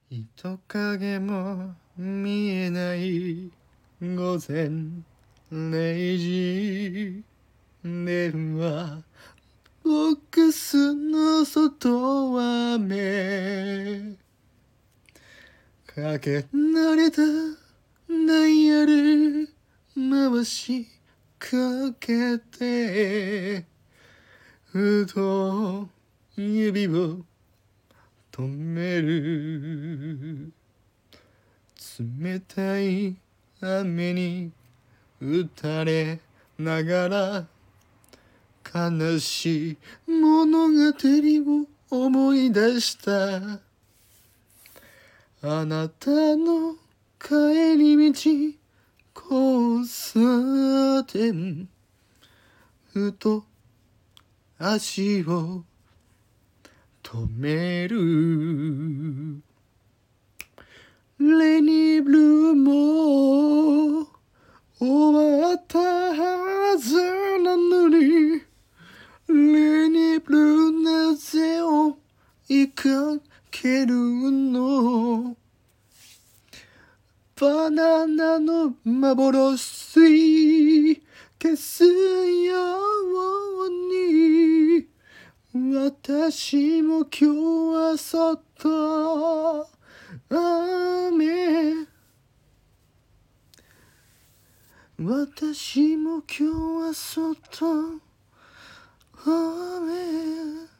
人影も見えない午前0時ではボックスの外は雨かけ慣れたダイヤル回しかけてふと指を止める冷たい雨に打たれながら悲しい物語を思い出したあなたの帰り道交差点ふと足を止めるレニーブルーも終わったはずなのにレニーブルーなぜを追いかけるのバナナの幻消すように私も今日はそっと雨私も今日はそっと雨